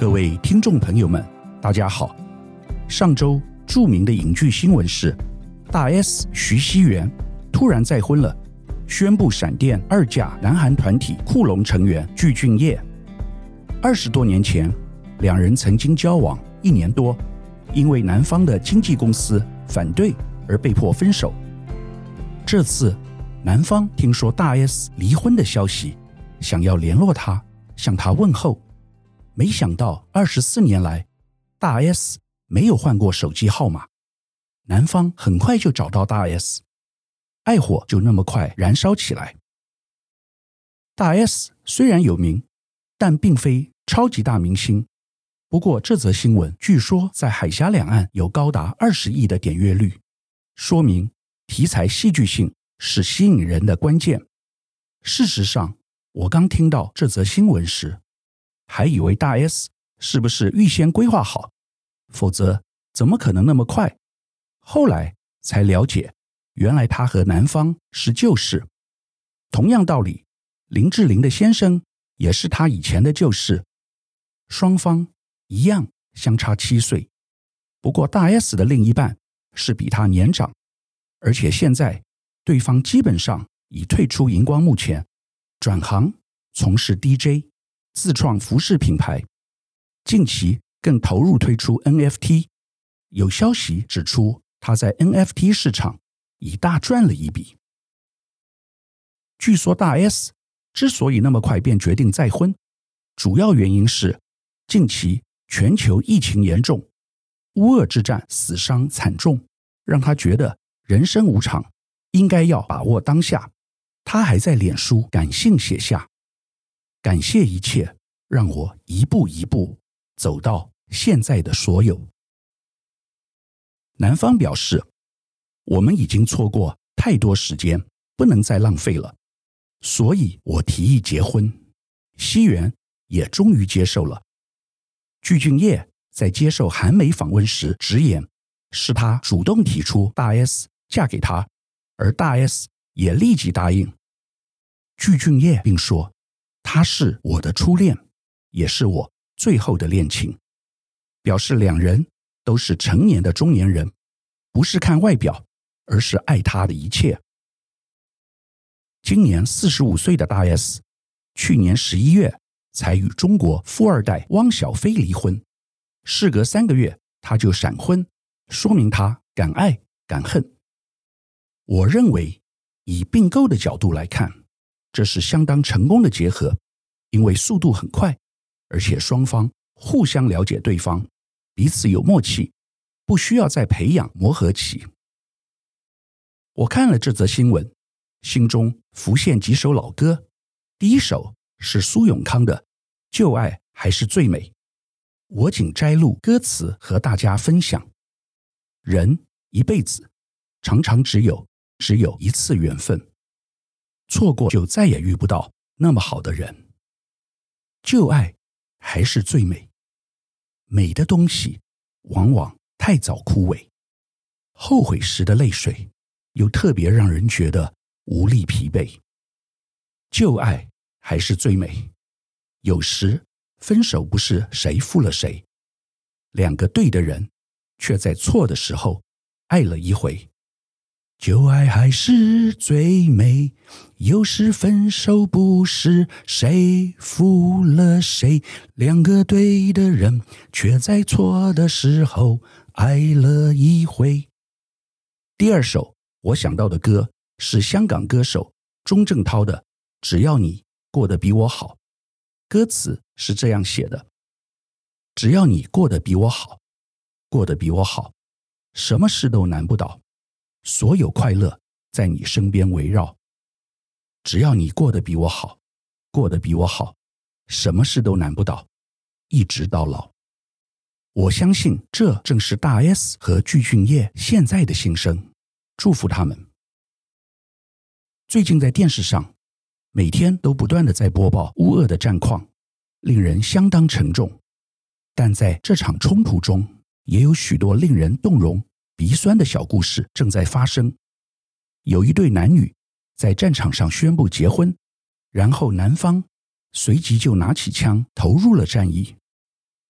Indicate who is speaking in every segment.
Speaker 1: 各位听众朋友们，大家好。上周著名的影剧新闻是，大 S 徐熙媛突然再婚了，宣布闪电二嫁南韩团体酷龙成员具俊晔。20多年前，两人曾经交往1年多，因为男方的经纪公司反对而被迫分手。这次男方听说大 S 离婚的消息，想要联络他，向他问候。没想到24年来，大 S 没有换过手机号码。男方很快就找到大 S， 爱火就那么快燃烧起来。大 S 虽然有名，但并非超级大明星。不过这则新闻据说在海峡两岸有高达20亿的点阅率，说明题材戏剧性是吸引人的关键。事实上，我刚听到这则新闻时，还以为大 S 是不是预先规划好，否则怎么可能那么快？后来才了解，原来他和男方是旧识。同样道理，林志玲的先生也是他以前的旧识，双方一样相差7岁。不过大 S 的另一半是比他年长，而且现在对方基本上已退出荧光幕前，转行从事 DJ， 自创服饰品牌，近期更投入推出 NFT。 有消息指出，他在 NFT 市场已大赚了一笔。据说大 S 之所以那么快便决定再婚，主要原因是近期全球疫情严重，乌俄之战死伤惨重，让他觉得人生无常，应该要把握当下。他还在脸书感性写下，感谢一切让我一步一步走到现在的所有。男方表示，我们已经错过太多时间，不能再浪费了，所以我提议结婚。熙媛也终于接受了。具俊晔在接受韩媒访问时直言，是他主动提出大 S 嫁给他，而大 S 也立即答应。具俊晔并说，他是我的初恋，也是我最后的恋情，表示两人都是成年的中年人，不是看外表，而是爱他的一切。今年45岁的大 S， 去年11月才与中国富二代汪小菲离婚，事隔3个月他就闪婚，说明他敢爱敢恨。我认为以并购的角度来看，这是相当成功的结合，因为速度很快，而且双方互相了解对方，彼此有默契，不需要再培养磨合期。我看了这则新闻，心中浮现几首老歌。第一首是苏永康的《旧爱还是最美》，我仅摘录歌词和大家分享。人一辈子常常只有一次缘分，错过就再也遇不到那么好的人。旧爱还是最美，美的东西往往太早枯萎，后悔时的泪水又特别让人觉得无力疲惫。旧爱还是最美，有时分手不是谁负了谁，两个对的人却在错的时候爱了一回。旧爱还是最美，有时分手不是谁负了谁，两个对的人却在错的时候爱了一回。第二首我想到的歌是香港歌手钟镇涛的《只要你过得比我好》，歌词是这样写的：只要你过得比我好，过得比我好，什么事都难不倒，所有快乐在你身边围绕。只要你过得比我好，过得比我好，什么事都难不倒，一直到老。我相信这正是大 S 和具俊晔现在的心声，祝福他们。最近在电视上每天都不断地在播报乌俄的战况，令人相当沉重。但在这场冲突中，也有许多令人动容鼻酸的小故事正在发生。有一对男女在战场上宣布结婚，然后男方随即就拿起枪投入了战役。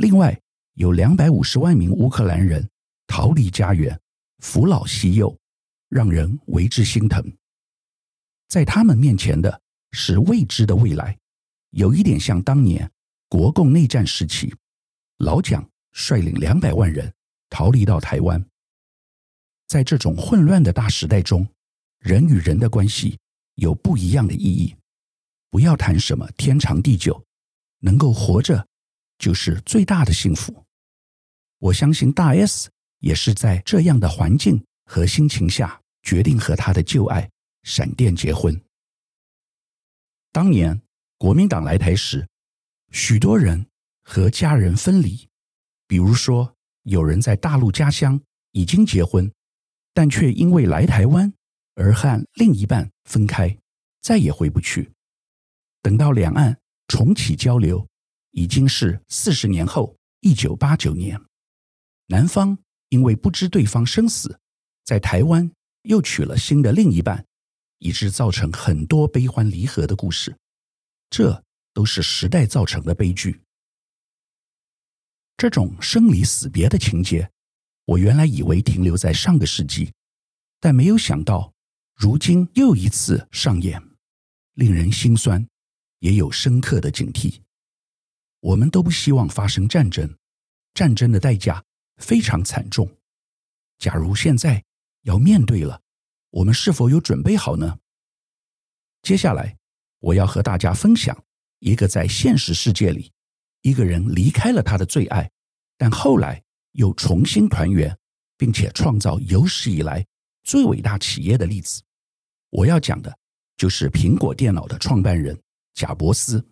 Speaker 1: 另外有250万名乌克兰人逃离家园，扶老携幼，让人为之心疼。在他们面前的是未知的未来，有一点像当年国共内战时期，老蒋率领200万人逃离到台湾。在这种混乱的大时代中，人与人的关系有不一样的意义。不要谈什么天长地久，能够活着就是最大的幸福。我相信大 S 也是在这样的环境和心情下决定和他的旧爱闪电结婚。当年国民党来台时，许多人和家人分离，比如说有人在大陆家乡已经结婚，但却因为来台湾而和另一半分开，再也回不去。等到两岸重启交流，已经是40年后1989年。男方因为不知对方生死，在台湾又娶了新的另一半，以致造成很多悲欢离合的故事。这都是时代造成的悲剧。这种生离死别的情节，我原来以为停留在上个世纪，但没有想到如今又一次上演，令人心酸，也有深刻的警惕。我们都不希望发生战争，战争的代价非常惨重。假如现在要面对了，我们是否有准备好呢？接下来我要和大家分享一个在现实世界里，一个人离开了他的最爱，但后来又重新团圆，并且创造有史以来最伟大企业的例子。我要讲的就是苹果电脑的创办人贾伯斯。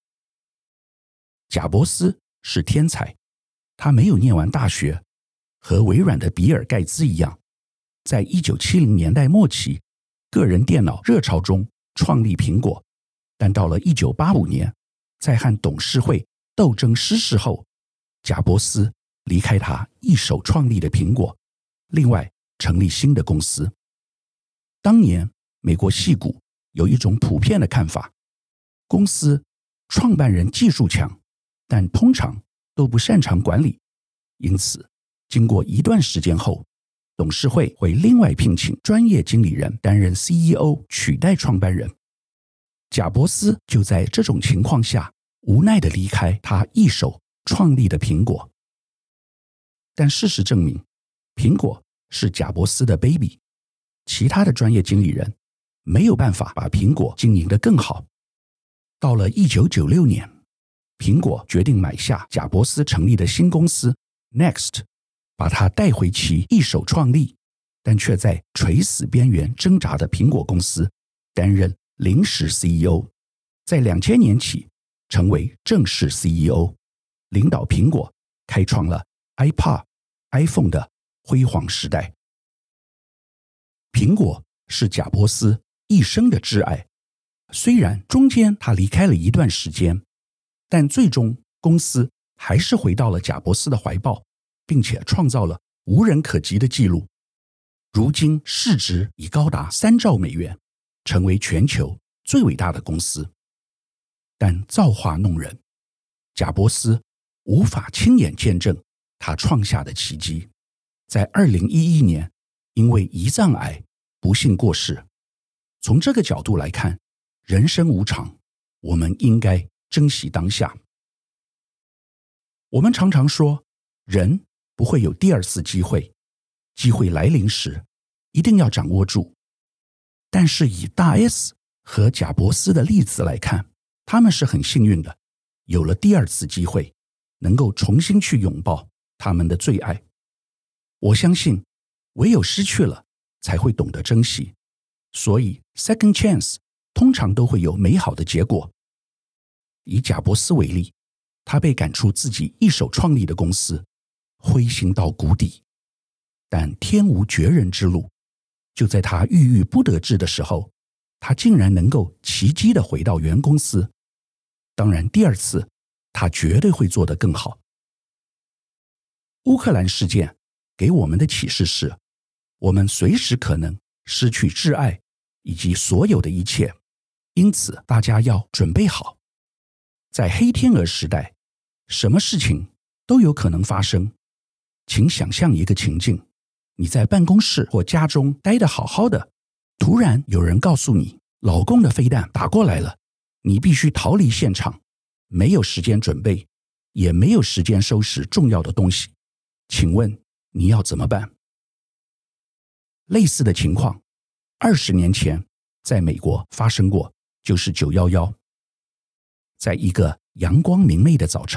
Speaker 1: 贾伯斯是天才，他没有念完大学，和微软的比尔盖茨一样，在1970年代末期个人电脑热潮中创立苹果，但到了1985年，在和董事会斗争失势后，贾伯斯离开他一手创立的苹果，另外成立新的公司。当年美国矽谷有一种普遍的看法，公司创办人技术强，但通常都不擅长管理，因此经过一段时间后，董事会会另外聘请专业经理人担任 CEO 取代创办人。贾伯斯就在这种情况下无奈地离开他一手创立的苹果。但事实证明，苹果是贾伯斯的 baby， 其他的专业经理人没有办法把苹果经营得更好。到了1996年，苹果决定买下贾伯斯成立的新公司 Next， 把它带回其一手创立但却在垂死边缘挣扎的苹果公司担任临时 CEO， 在2000年起成为正式 CEO， 领导苹果开创了 iPod、iPhone 的辉煌时代。苹果是贾伯斯一生的挚爱，虽然中间他离开了一段时间，但最终公司还是回到了贾伯斯的怀抱，并且创造了无人可及的纪录。如今市值已高达3兆美元，成为全球最伟大的公司。但造化弄人，贾伯斯无法亲眼见证他创下的奇迹，在2011年因为胰脏癌不幸过世。从这个角度来看，人生无常，我们应该珍惜当下。我们常常说，人不会有第二次机会，机会来临时一定要掌握住。但是以大 S 和贾伯斯的例子来看，他们是很幸运的，有了第二次机会，能够重新去拥抱他们的最爱。我相信唯有失去了才会懂得珍惜，所以 second chance 通常都会有美好的结果。以贾伯斯为例，他被赶出自己一手创立的公司，灰心到谷底，但天无绝人之路，就在他郁郁不得志的时候，他竟然能够奇迹地回到原公司。当然第二次他绝对会做得更好。乌克兰事件给我们的启示是，我们随时可能失去挚爱以及所有的一切，因此大家要准备好。在黑天鹅时代，什么事情都有可能发生。请想象一个情境，你在办公室或家中待得好好的，突然有人告诉你，老共的飞弹打过来了，你必须逃离现场，没有时间准备，也没有时间收拾重要的东西，请问你要怎么办？类似的情况20年前在美国发生过，就是911。在一个阳光明媚的早晨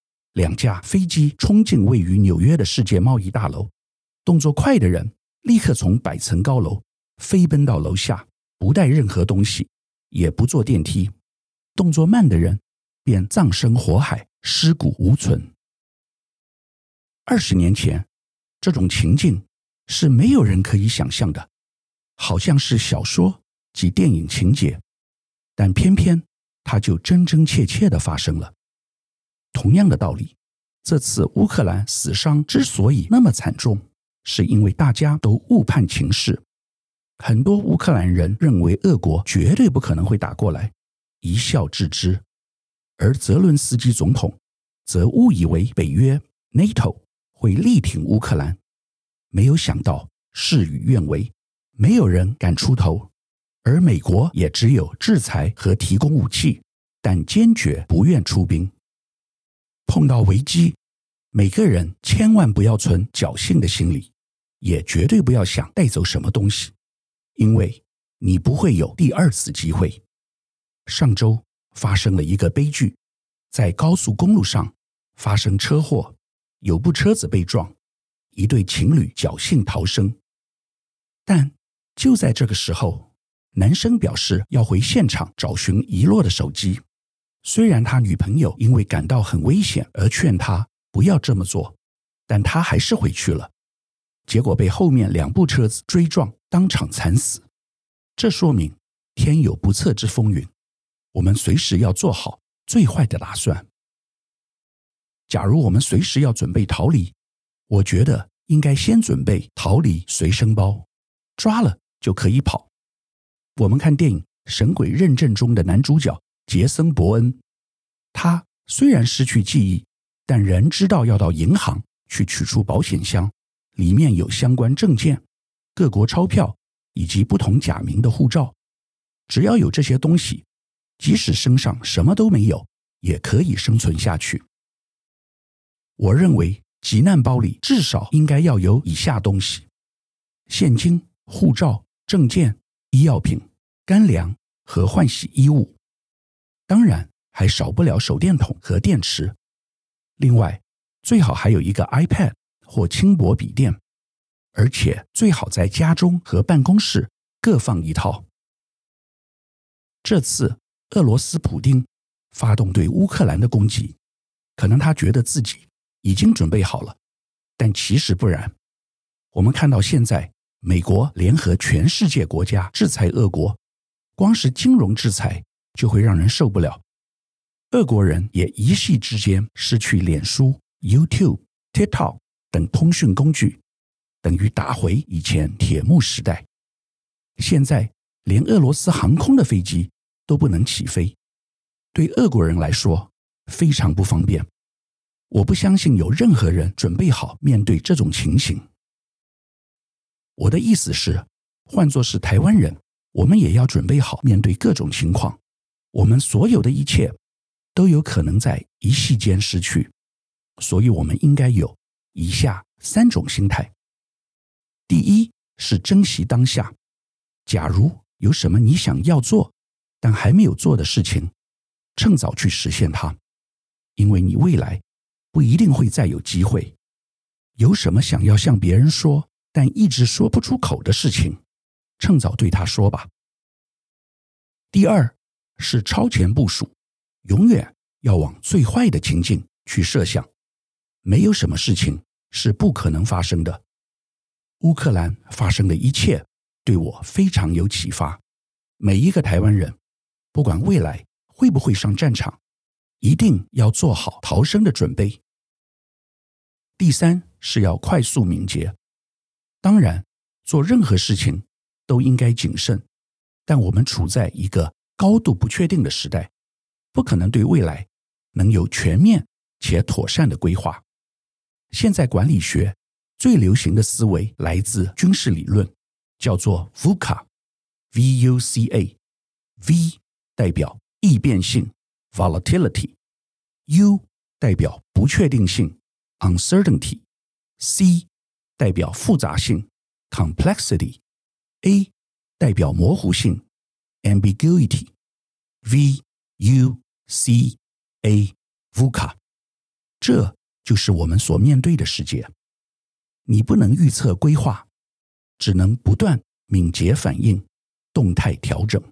Speaker 1: ，2架飞机冲进位于纽约的世界贸易大楼，动作快的人立刻从100层高楼飞奔到楼下，不带任何东西，也不坐电梯，动作慢的人便葬身火海，尸骨无存。20年前，这种情境是没有人可以想象的，好像是小说及电影情节，但偏偏它就真真切切地发生了。同样的道理，这次乌克兰死伤之所以那么惨重，是因为大家都误判情势。很多乌克兰人认为俄国绝对不可能会打过来，一笑置之，而泽伦斯基总统则误以为北约 NATO 会力挺乌克兰。没有想到事与愿违，没有人敢出头，而美国也只有制裁和提供武器，但坚决不愿出兵。碰到危机，每个人千万不要存侥幸的心理，也绝对不要想带走什么东西，因为你不会有第2次机会。上周发生了一个悲剧，在高速公路上发生车祸，有部车子被撞，一对情侣侥幸逃生。但就在这个时候，男生表示要回现场找寻遗落的手机。虽然他女朋友因为感到很危险而劝他不要这么做，但他还是回去了，结果被后面2部车子追撞，当场惨死。这说明天有不测之风云，我们随时要做好最坏的打算。假如我们随时要准备逃离，我觉得应该先准备逃离随身包，抓了就可以跑。我们看电影《神鬼认证》中的男主角杰森·伯恩，他虽然失去记忆，但仍知道要到银行去取出保险箱，里面有相关证件、各国钞票以及不同假名的护照。只要有这些东西，即使身上什么都没有，也可以生存下去。我认为急难包里至少应该要有以下东西：现金、护照、证件、医药品、干粮和换洗衣物。当然还少不了手电筒和电池。另外，最好还有一个 iPad 或轻薄笔电，而且最好在家中和办公室各放一套。这次俄罗斯普丁发动对乌克兰的攻击，可能他觉得自己已经准备好了，但其实不然。我们看到现在美国联合全世界国家制裁俄国，光是金融制裁就会让人受不了。俄国人也一夕之间失去脸书、YouTube、TikTok 等通讯工具，等于打回以前铁幕时代。现在连俄罗斯航空的飞机都不能起飞，对俄国人来说非常不方便。我不相信有任何人准备好面对这种情形。我的意思是，换作是台湾人，我们也要准备好面对各种情况。我们所有的一切都有可能在一夕间失去，所以我们应该有以下3种心态。第一是珍惜当下，假如有什么你想要做但还没有做的事情，趁早去实现它，因为你未来不一定会再有机会。有什么想要向别人说但一直说不出口的事情，趁早对他说吧。第二是超前部署，永远要往最坏的情境去设想，没有什么事情是不可能发生的。乌克兰发生的一切对我非常有启发，每一个台湾人，不管未来会不会上战场，一定要做好逃生的准备。第三是要快速敏捷，当然做任何事情都应该谨慎，但我们处在一个高度不确定的时代，不可能对未来能有全面且妥善的规划。 现在管理学最流行的思维来自军事理论，叫做 VUCA。V 代表易变性 volatility，U 代表不确定性 uncertainty，C 代表复杂性 complexity，A 代表模糊性 ambiguity。VUCA，VUCA， 这就是我们所面对的世界。你不能预测规划，只能不断敏捷反应，动态调整。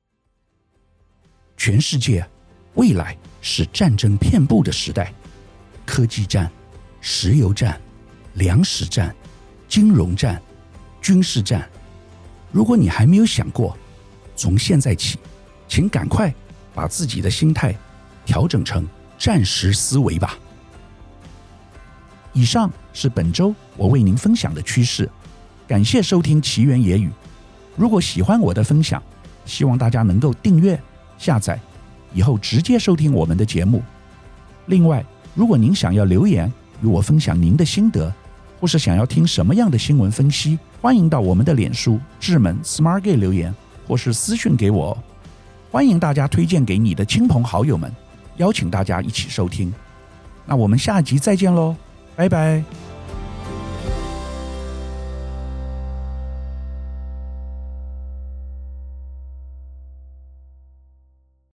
Speaker 1: 全世界未来是战争遍布的时代，科技战、石油战、粮食战、金融战、军事战。如果你还没有想过，从现在起，请赶快把自己的心态调整成战时思维吧。以上是本周我为您分享的趋势，感谢收听奇缘野语。如果喜欢我的分享，希望大家能够订阅、下载，以后直接收听我们的节目。另外，如果您想要留言与我分享您的心得，或是想要听什么样的新闻分析，欢迎到我们的脸书智门 SmartGay 留言，或是私讯给我。欢迎大家推荐给你的亲朋好友们，邀请大家一起收听。那我们下集再见喽，拜拜。